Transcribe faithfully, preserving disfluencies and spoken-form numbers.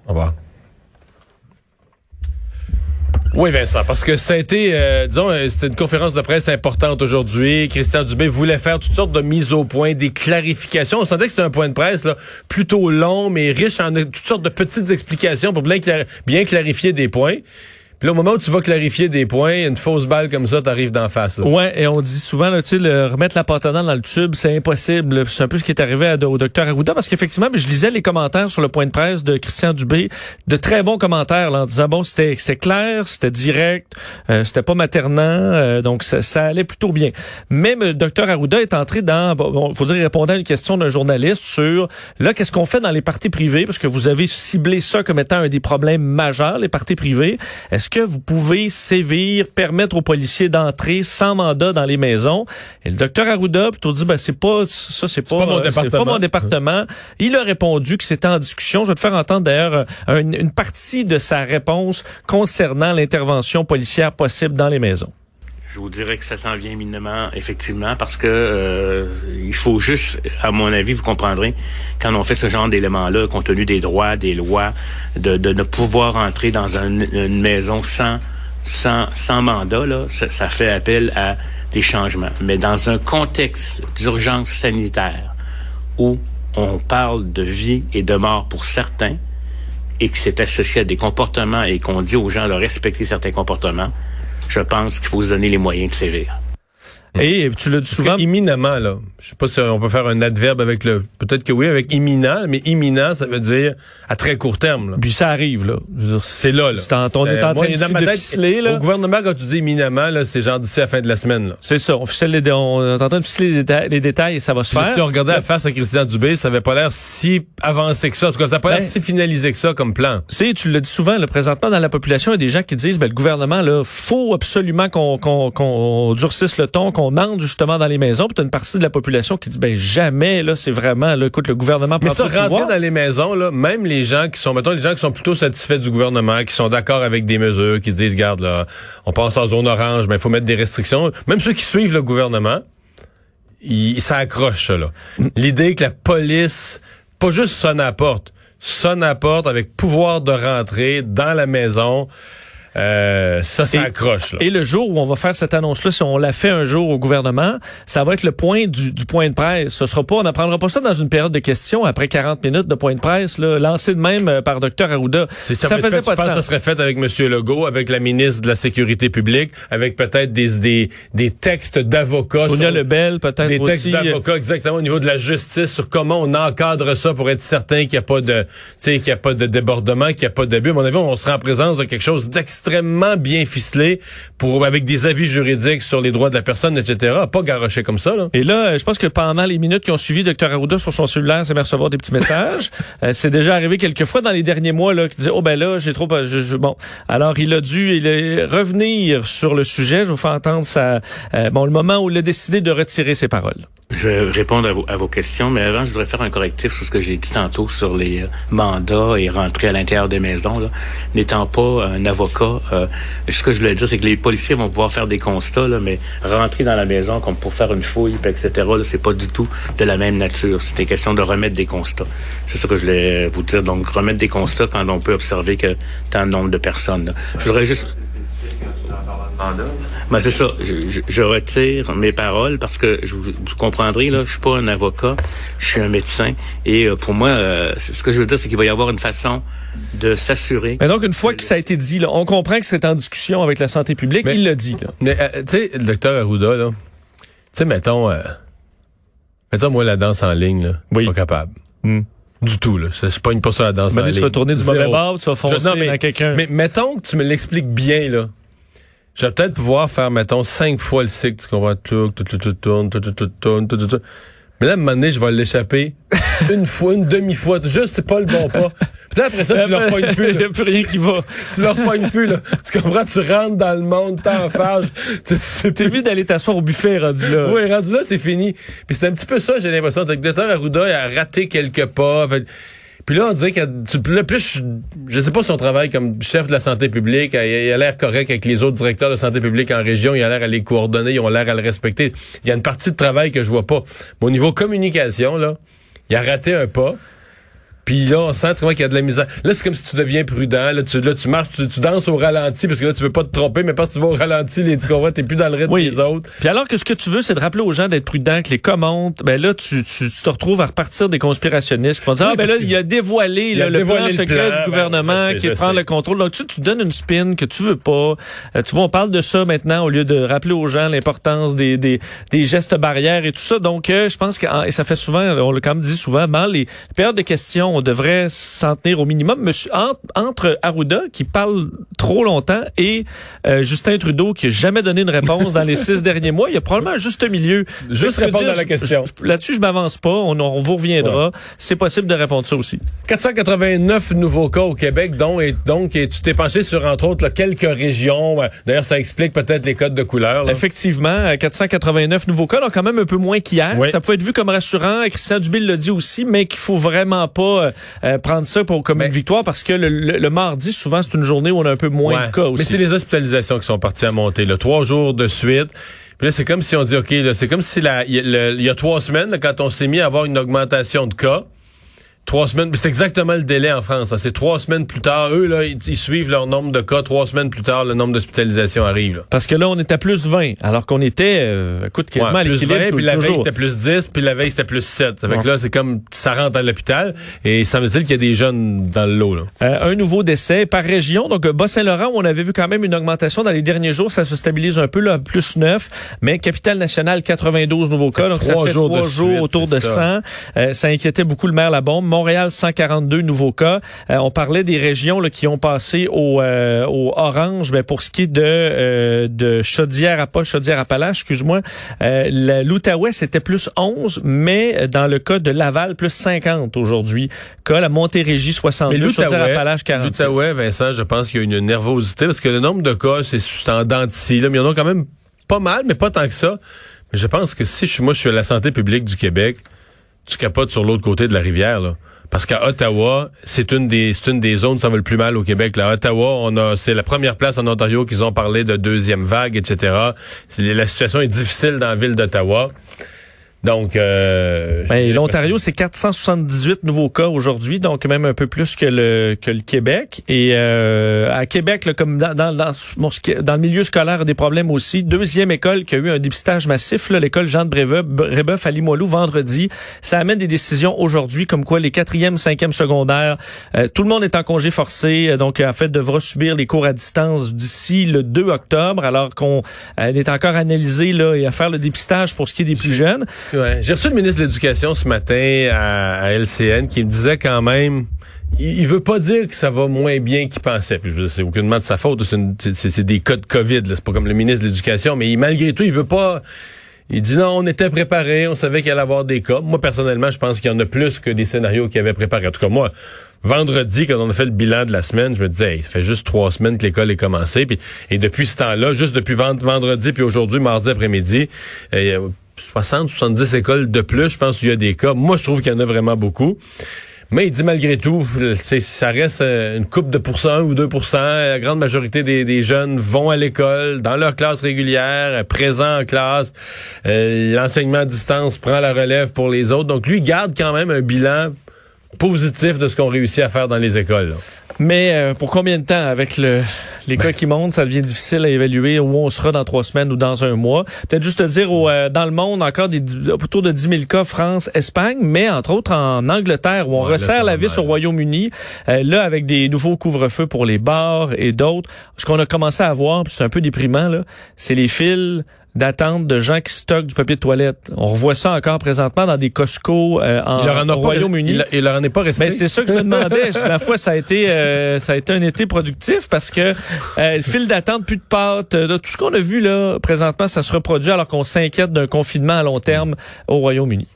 Au revoir. Oui, Vincent, parce que ça a été, euh, disons, c'était une conférence de presse importante aujourd'hui. Christian Dubé voulait faire toutes sortes de mises au point, des clarifications. On sentait que c'était un point de presse là, plutôt long, mais riche en toutes sortes de petites explications pour bien, clari- bien clarifier des points. Puis là, au moment où tu vas clarifier des points, une fausse balle comme ça t'arrive d'en face. Là. Ouais, et on dit souvent, là, tu sais, le, remettre la pâte à dents dans le tube, c'est impossible. C'est un peu ce qui est arrivé à, au docteur Arruda, parce qu'effectivement, je lisais les commentaires sur le point de presse de Christian Dubé, de très bons commentaires, là, en disant, bon, c'était, c'était clair, c'était direct, euh, c'était pas maternant, euh, donc ça, ça allait plutôt bien. Mais le docteur Arruda est entré dans, bon, faut dire, il répondait à une question d'un journaliste sur, là, qu'est-ce qu'on fait dans les parties privées, parce que vous avez ciblé ça comme étant un des problèmes majeurs, les parties privées. Est-ce que vous pouvez sévir, permettre aux policiers d'entrer sans mandat dans les maisons? Et le docteur Arruda plutôt dit, ben, c'est pas, ça, c'est pas, c'est pas mon euh, département. C'est pas mon département. Il a répondu que c'était en discussion. Je vais te faire entendre d'ailleurs une, une partie de sa réponse concernant l'intervention policière possible dans les maisons. Je vous dirais que ça s'en vient éminemment, effectivement, parce que euh, il faut juste, à mon avis, vous comprendrez, quand on fait ce genre d'éléments-là, compte tenu des droits, des lois, de, de ne pouvoir entrer dans un, une maison sans sans sans mandat, là, ça, ça fait appel à des changements. Mais dans un contexte d'urgence sanitaire où on parle de vie et de mort pour certains, et que c'est associé à des comportements et qu'on dit aux gens de respecter certains comportements, je pense qu'il faut se donner les moyens de sévir. Et tu l'as dit souvent. Imminemment, là. Je sais pas si on peut faire un adverbe avec le, peut-être que oui, avec imminent, mais imminent, ça veut dire à très court terme, là. Puis ça arrive, là. Je veux dire, c'est là, là. C'est en, on est en train de, dans ma de tête, ficeler, là. Au gouvernement, quand tu dis imminemment, là, c'est genre d'ici à la fin de la semaine, là. C'est ça. On ficelle les, on est en train de ficeler les, déta- les détails et ça va se Puis faire. si on regardait la face à Christian Dubé, ça avait pas l'air si avancé que ça. En tout cas, ça n'a pas l'air ben, si finalisé que ça comme plan. Tu sais, tu l'as dit souvent, là, présentement, dans la population, il y a des gens qui disent, ben, le gouvernement, là, faut absolument qu'on, qu'on, qu'on durcisse le ton, qu'on entre justement dans les maisons. Puis t'as une partie de la population qui dit, ben, jamais, là, c'est vraiment, là, écoute, le gouvernement prend Mais ça, tout le rentrer pouvoir. dans les maisons, là, même les gens qui sont, mettons, les gens qui sont plutôt satisfaits du gouvernement, qui sont d'accord avec des mesures, qui disent, regarde, là, on passe en zone orange, ben, il faut mettre des restrictions. Même ceux qui suivent le gouvernement, ils, ça accroche, ça, là. L'idée que la police, pas juste sonne à la porte, sonne à la porte avec pouvoir de rentrer dans la maison, Euh, ça, ça et, accroche. Là. Et le jour où on va faire cette annonce-là, si on l'a fait un jour au gouvernement, ça va être le point du, du point de presse. Ce sera pas, on n'apprendra pas ça dans une période de questions après quarante minutes de point de presse, là, lancé de même euh, par docteur Arruda. C'est ça, ça faisait fait, pas je de pense sens. que ça serait fait avec M. Legault, avec la ministre de la Sécurité publique, avec peut-être des, des, des textes d'avocats. Sonia sur, Lebel, peut-être des aussi. textes d'avocats, exactement, au niveau de la justice, sur comment on encadre ça pour être certain qu'il n'y a pas de, tu sais, qu'il n'y a pas de débordement, qu'il n'y a pas d'abus. À mon avis, on sera en présence de quelque chose d'extrêmement bien ficelé pour, avec des avis juridiques sur les droits de la personne, et cetera. Pas garoché comme ça, là. Et là, je pense que pendant les minutes qui ont suivi, docteur Arruda sur son cellulaire s'est mis à recevoir des petits messages. euh, c'est déjà arrivé quelques fois dans les derniers mois, là, qui disait, oh, ben là, j'ai trop, je, je, bon. Alors, il a dû, il a, revenir sur le sujet. Je vous fais entendre sa, euh, bon, le moment où il a décidé de retirer ses paroles. Je vais répondre à vos, à vos questions, mais avant, je voudrais faire un correctif sur ce que j'ai dit tantôt sur les euh, mandats et rentrer à l'intérieur des maisons. Là. N'étant pas un avocat, euh, ce que je voulais dire, c'est que les policiers vont pouvoir faire des constats, là, mais rentrer dans la maison comme pour faire une fouille, et cetera, là, c'est pas du tout de la même nature. C'était question de remettre des constats. C'est ça que je voulais vous dire. Donc, remettre des constats quand on peut observer que tant de nombre de personnes. Là. Je voudrais juste... Ben c'est ça. Je, je, je retire mes paroles parce que je, vous comprendrez là, je suis pas un avocat, je suis un médecin et euh, pour moi, euh, ce que je veux dire, c'est qu'il va y avoir une façon de s'assurer. Mais donc une fois que ça a été dit, là, on comprend que c'est en discussion avec la santé publique. Mais, il l'a dit. Là. Mais euh, tu sais, le docteur Arruda, là, tu sais, mettons, euh, mettons moi la danse en ligne, là, oui. pas capable. Mm. Du tout, là. Je pogne pas ça la danse mais en là, ligne. Tu vas tourner du Zéro. mauvais bord, tu vas foncer je, non, mais, dans quelqu'un. Mais mettons que tu me l'expliques bien, là. Je vais peut-être pouvoir faire, mettons, cinq fois le cycle, tu comprends, tout, tout, tout, tout, tourne, tout, tout, tout, tourne, tout, tout, tout. Mais là, à un moment donné, je vais l'échapper une fois, une demi-fois, juste, c'est pas le bon pas. Puis là, après ça, tu leur pognes plus. Il n'y a plus rien qui va. Tu leur pognes plus, là. Tu comprends, tu rentres dans le monde, t'enfarges. Tu, tu sais T'es venu d'aller t'asseoir au buffet, rendu là. Oui, rendu là, c'est fini. Puis c'est un petit peu ça, j'ai l'impression. Le docteur Arruda, il a raté quelques pas. Fait, puis là, on dirait que le plus, je, je sais pas son travail comme chef de la santé publique, il, il a l'air correct avec les autres directeurs de santé publique en région, il a l'air à les coordonner, ils ont l'air à le respecter. Il y a une partie de travail que je vois pas. Mais au niveau communication, là, il a raté un pas. Puis là, on sent tu vois, qu'il y a de la misère. Là, c'est comme si tu deviens prudent. Là, tu, là, tu marches, tu, tu danses au ralenti parce que là, tu veux pas te tromper, mais parce que tu vas au ralenti, les, tu comprends, t'es plus dans le rythme oui. des autres. Puis alors que ce que tu veux, c'est de rappeler aux gens d'être prudents, que les commandes, ben là, tu, tu, tu te retrouves à repartir des conspirationnistes qui vont dire, oui, ah, ben là, il a dévoilé il a là, dévoilé le plan secret plan, du gouvernement ben, qui prend le contrôle. Donc, tu, tu donnes une spin que tu veux pas. Euh, tu vois, on parle de ça maintenant au lieu de rappeler aux gens l'importance des, des, des gestes barrières et tout ça. Donc, euh, je pense que, et ça fait souvent, on l'a quand même dit souvent, dans les périodes de questions, on devrait s'en tenir au minimum. Monsieur, entre, entre Arruda, qui parle trop longtemps, et euh, Justin Trudeau, qui n'a jamais donné une réponse dans les six derniers mois, il y a probablement un juste milieu. Juste répondre dire, à la question. Je, je, là-dessus, je m'avance pas. On, on vous reviendra. Ouais. C'est possible de répondre ça aussi. quatre cent quatre-vingt-neuf nouveaux cas au Québec, dont, et, donc, et tu t'es penché sur, entre autres, là, quelques régions. D'ailleurs, ça explique peut-être les codes de couleur. Là. Effectivement, quatre cent quatre-vingt-neuf nouveaux cas, donc quand même un peu moins qu'hier. Oui. Ça peut être vu comme rassurant. Christian Dubé l'a dit aussi, mais qu'il faut vraiment pas euh, prendre ça pour comme mais, une victoire parce que le, le, le mardi, souvent, c'est une journée où on a un peu moins ouais. de cas aussi. Mais c'est les hospitalisations qui sont parties à monter. Là, trois jours de suite. Puis là, c'est comme si on dit, OK, là, c'est comme si il y, y a trois semaines, là, quand on s'est mis à avoir une augmentation de cas, Trois semaines, c'est exactement le délai en France. Hein. C'est trois semaines plus tard. Eux, là, ils, ils suivent leur nombre de cas. Trois semaines plus tard, le nombre d'hospitalisations arrive. Là. Parce que là, on était à plus vingt, alors qu'on était, euh, écoute, quasiment ouais, à l'équilibre. Plus vingt, puis la toujours. veille, c'était plus dix, puis la veille, c'était plus sept. Ça fait ouais. que là, c'est comme, ça rentre à l'hôpital. Et semble-t-il qu'il y a des jeunes dans le lot. Là. Euh, un nouveau décès par région. Donc, Bas-Saint-Laurent, où on avait vu quand même une augmentation dans les derniers jours. Ça se stabilise un peu, là, plus neuf. Mais Capitale-Nationale, quatre-vingt-douze nouveaux cas. Donc, ça fait jours trois de jours suite, autour de ça. cent. Euh, ça inquiétait beaucoup le maire Labombe. Montréal, cent quarante deux nouveaux cas. Euh, on parlait des régions là, qui ont passé au, euh, au orange. Ben, pour ce qui est de, euh, de Chaudière à pas Chaudière-Appalaches, excuse-moi, euh, l'Outaouais, c'était plus onze, mais dans le cas de Laval, plus cinquante aujourd'hui. Cas, la Montérégie, soixante-deux, Chaudière-Appalaches, quarante-six. L'Outaouais, Vincent, je pense qu'il y a une nervosité parce que le nombre de cas, c'est en dents de scie, là, mais il y en a quand même pas mal, mais pas tant que ça. Mais je pense que si je suis, moi, je suis à la santé publique du Québec, tu capotes sur l'autre côté de la rivière, là. Parce qu'à Ottawa, c'est une des c'est une des zones où ça va le plus mal au Québec. Là, à Ottawa, on a c'est la première place en Ontario qu'ils ont parlé de deuxième vague, et cetera. C'est, la situation est difficile dans la ville d'Ottawa. Donc, euh, ben, l'Ontario, c'est quatre cent soixante-dix-huit nouveaux cas aujourd'hui, donc même un peu plus que le que le Québec. Et euh, à Québec, là, comme dans, dans, dans, dans le milieu scolaire, des problèmes aussi. Deuxième école qui a eu un dépistage massif, là, l'école Jean de Brébeuf à Limoilou vendredi. Ça amène des décisions aujourd'hui, comme quoi les quatrième, cinquième secondaires, euh, tout le monde est en congé forcé, donc en fait devra subir les cours à distance d'ici le deux octobre, alors qu'on euh, est encore analysé là et à faire le dépistage pour ce qui est des plus jeunes. Ouais. J'ai reçu le ministre de l'Éducation ce matin à, à L C N qui me disait quand même, il, il veut pas dire que ça va moins bien qu'il pensait. Puis c'est aucunement de sa faute, c'est, une, c'est, c'est des cas de COVID, là. C'est pas comme le ministre de l'Éducation, mais il, malgré tout, il veut pas... Il dit non, on était préparés, on savait qu'il allait y avoir des cas. Moi, personnellement, je pense qu'il y en a plus que des scénarios qu'il avait préparés. En tout cas, moi, vendredi, quand on a fait le bilan de la semaine, je me disais, hey, ça fait juste trois semaines que l'école est commencée. Puis, et depuis ce temps-là, juste depuis vendredi, puis aujourd'hui, mardi après-midi, euh, soixante, soixante-dix écoles de plus, je pense qu'il y a des cas. Moi, je trouve qu'il y en a vraiment beaucoup. Mais il dit malgré tout, ça reste une couple de pourcents, un ou deux pour cent. La grande majorité des, des jeunes vont à l'école, dans leur classe régulière, présents en classe. Euh, l'enseignement à distance prend la relève pour les autres. Donc lui, il garde quand même un bilan positif de ce qu'on réussit à faire dans les écoles. Là. Mais euh, pour combien de temps avec le les ben. cas qui montent, ça devient difficile à évaluer où on sera dans trois semaines ou dans un mois. Peut-être juste te dire, au, euh, dans le monde, encore des autour de dix mille cas, France, Espagne, mais entre autres en Angleterre, où on ouais, resserre la vis au Royaume-Uni, euh, là, avec des nouveaux couvre-feux pour les bars et d'autres. Ce qu'on a commencé à voir, puis c'est un peu déprimant, là, c'est les files d'attente de gens qui stockent du papier de toilette. On revoit ça encore présentement dans des Costco euh, en, il leur en a au pas, Royaume-Uni. Il, il leur en est pas resté. Ben, c'est ça que je me demandais. La fois, ça a été euh, ça a été un été productif parce que euh, le fil d'attente, plus de pâtes, euh, tout ce qu'on a vu là présentement, ça se reproduit alors qu'on s'inquiète d'un confinement à long terme au Royaume-Uni.